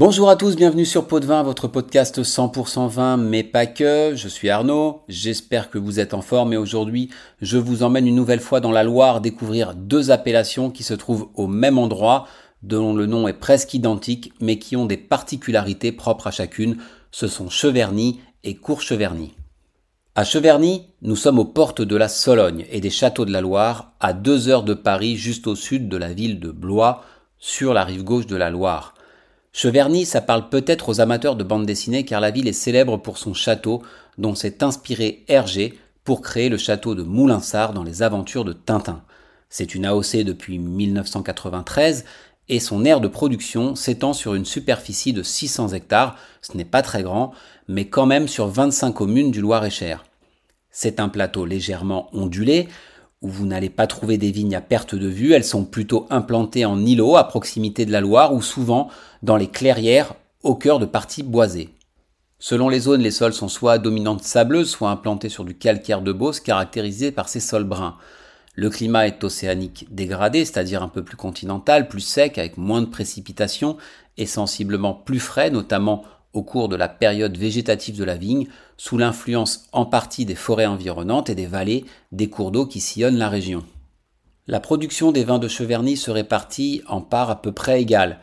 Bonjour à tous, bienvenue sur Pot de Vin, votre podcast 100% vin, mais pas que. Je suis Arnaud, j'espère que vous êtes en forme et aujourd'hui, je vous emmène une nouvelle fois dans la Loire découvrir deux appellations qui se trouvent au même endroit, dont le nom est presque identique, mais qui ont des particularités propres à chacune. Ce sont Cheverny et Courcheverny. À Cheverny, nous sommes aux portes de la Sologne et des châteaux de la Loire, à 2 heures de Paris, juste au sud de la ville de Blois, sur la rive gauche de la Loire. Cheverny, ça parle peut-être aux amateurs de bande dessinée car la ville est célèbre pour son château dont s'est inspiré Hergé pour créer le château de Moulinsart dans les aventures de Tintin. C'est une AOC depuis 1993 et son aire de production s'étend sur une superficie de 600 hectares, ce n'est pas très grand, mais quand même sur 25 communes du Loir-et-Cher. C'est un plateau légèrement ondulé, où vous n'allez pas trouver des vignes à perte de vue, elles sont plutôt implantées en îlots à proximité de la Loire ou souvent dans les clairières au cœur de parties boisées. Selon les zones, les sols sont soit à dominante sableuse, soit implantés sur du calcaire de Beauce caractérisé par ces sols bruns. Le climat est océanique dégradé, c'est-à-dire un peu plus continental, plus sec, avec moins de précipitations et sensiblement plus frais, notamment au cours de la période végétative de la vigne, sous l'influence en partie des forêts environnantes et des vallées des cours d'eau qui sillonnent la région. La production des vins de Cheverny se répartit en parts à peu près égales,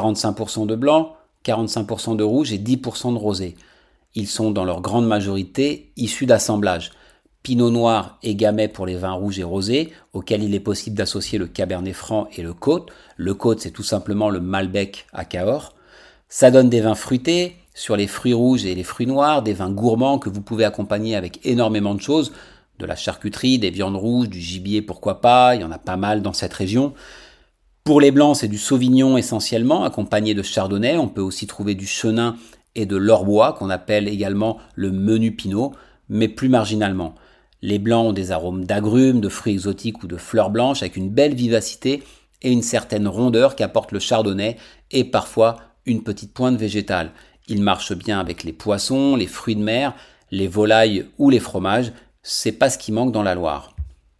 45% de blanc, 45% de rouge et 10% de rosé. Ils sont dans leur grande majorité issus d'assemblage. Pinot noir et gamay pour les vins rouges et rosés, auxquels il est possible d'associer le cabernet franc et le côte. Le côte, c'est tout simplement le malbec à Cahors. Ça donne des vins fruités, sur les fruits rouges et les fruits noirs, des vins gourmands que vous pouvez accompagner avec énormément de choses, de la charcuterie, des viandes rouges, du gibier pourquoi pas, il y en a pas mal dans cette région. Pour les blancs, c'est du sauvignon essentiellement, accompagné de chardonnay, on peut aussi trouver du chenin et de l'orbois, qu'on appelle également le menu pinot, mais plus marginalement. Les blancs ont des arômes d'agrumes, de fruits exotiques ou de fleurs blanches, avec une belle vivacité et une certaine rondeur qu'apporte le chardonnay, et parfois une petite pointe végétale. Il marche bien avec les poissons, les fruits de mer, les volailles ou les fromages, c'est pas ce qui manque dans la Loire.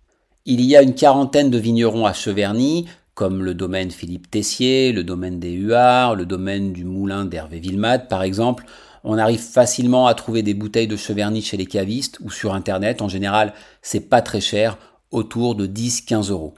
Il y a une quarantaine de vignerons à Cheverny, comme le domaine Philippe Tessier, le domaine des Huards, le domaine du moulin d'Hervé Villemade par exemple. On arrive facilement à trouver des bouteilles de Cheverny chez les cavistes ou sur internet, en général c'est pas très cher, autour de 10-15 euros.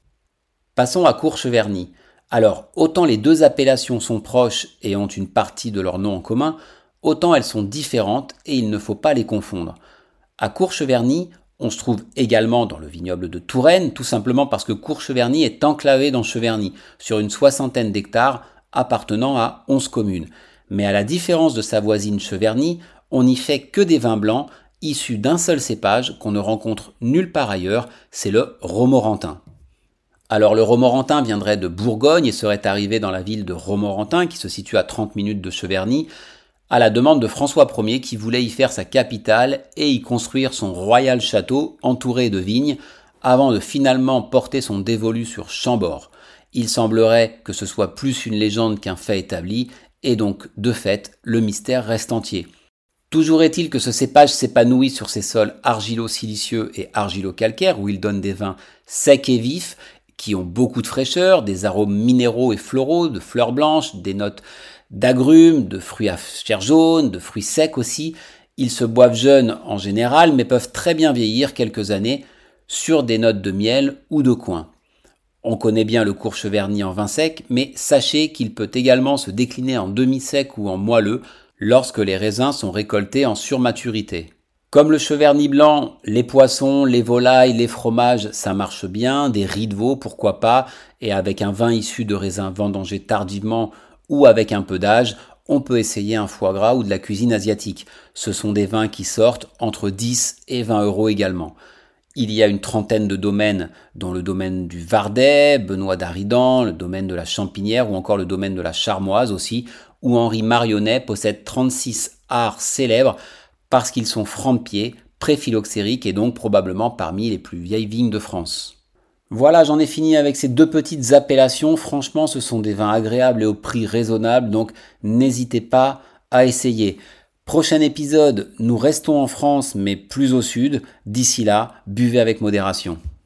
Passons à Courcheverny. Alors, autant les deux appellations sont proches et ont une partie de leur nom en commun, autant elles sont différentes et il ne faut pas les confondre. À Courcheverny, on se trouve également dans le vignoble de Touraine, tout simplement parce que Courcheverny est enclavé dans Cheverny, sur une 60aine d'hectares appartenant à 11 communes. Mais à la différence de sa voisine Cheverny, on n'y fait que des vins blancs issus d'un seul cépage qu'on ne rencontre nulle part ailleurs, c'est le Romorantin. Alors le Romorantin viendrait de Bourgogne et serait arrivé dans la ville de Romorantin qui se situe à 30 minutes de Cheverny à la demande de François Ier qui voulait y faire sa capitale et y construire son royal château entouré de vignes avant de finalement porter son dévolu sur Chambord. Il semblerait que ce soit plus une légende qu'un fait établi et donc de fait le mystère reste entier. Toujours est-il que ce cépage s'épanouit sur ces sols argilo-silicieux et argilo-calcaires où il donne des vins secs et vifs qui ont beaucoup de fraîcheur, des arômes minéraux et floraux, de fleurs blanches, des notes d'agrumes, de fruits à chair jaune, de fruits secs aussi. Ils se boivent jeunes en général, mais peuvent très bien vieillir quelques années sur des notes de miel ou de coing. On connaît bien le Courcheverny en vin sec, mais sachez qu'il peut également se décliner en demi-sec ou en moelleux lorsque les raisins sont récoltés en surmaturité. Comme le Cheverny blanc, les poissons, les volailles, les fromages, ça marche bien, des riz de veau, pourquoi pas, et avec un vin issu de raisins vendangés tardivement ou avec un peu d'âge, on peut essayer un foie gras ou de la cuisine asiatique. Ce sont des vins qui sortent entre 10 et 20 euros également. Il y a une trentaine de domaines, dont le domaine du Vardet, Benoît d'Aridan, le domaine de la Champinière ou encore le domaine de la Charmoise aussi, où Henri Marionnet possède 36 arts célèbres parce qu'ils sont francs de pied, pré-phylloxériques et donc probablement parmi les plus vieilles vignes de France. Voilà, j'en ai fini avec ces deux petites appellations. Franchement, ce sont des vins agréables et au prix raisonnable, donc n'hésitez pas à essayer. Prochain épisode, nous restons en France mais plus au sud. D'ici là, buvez avec modération.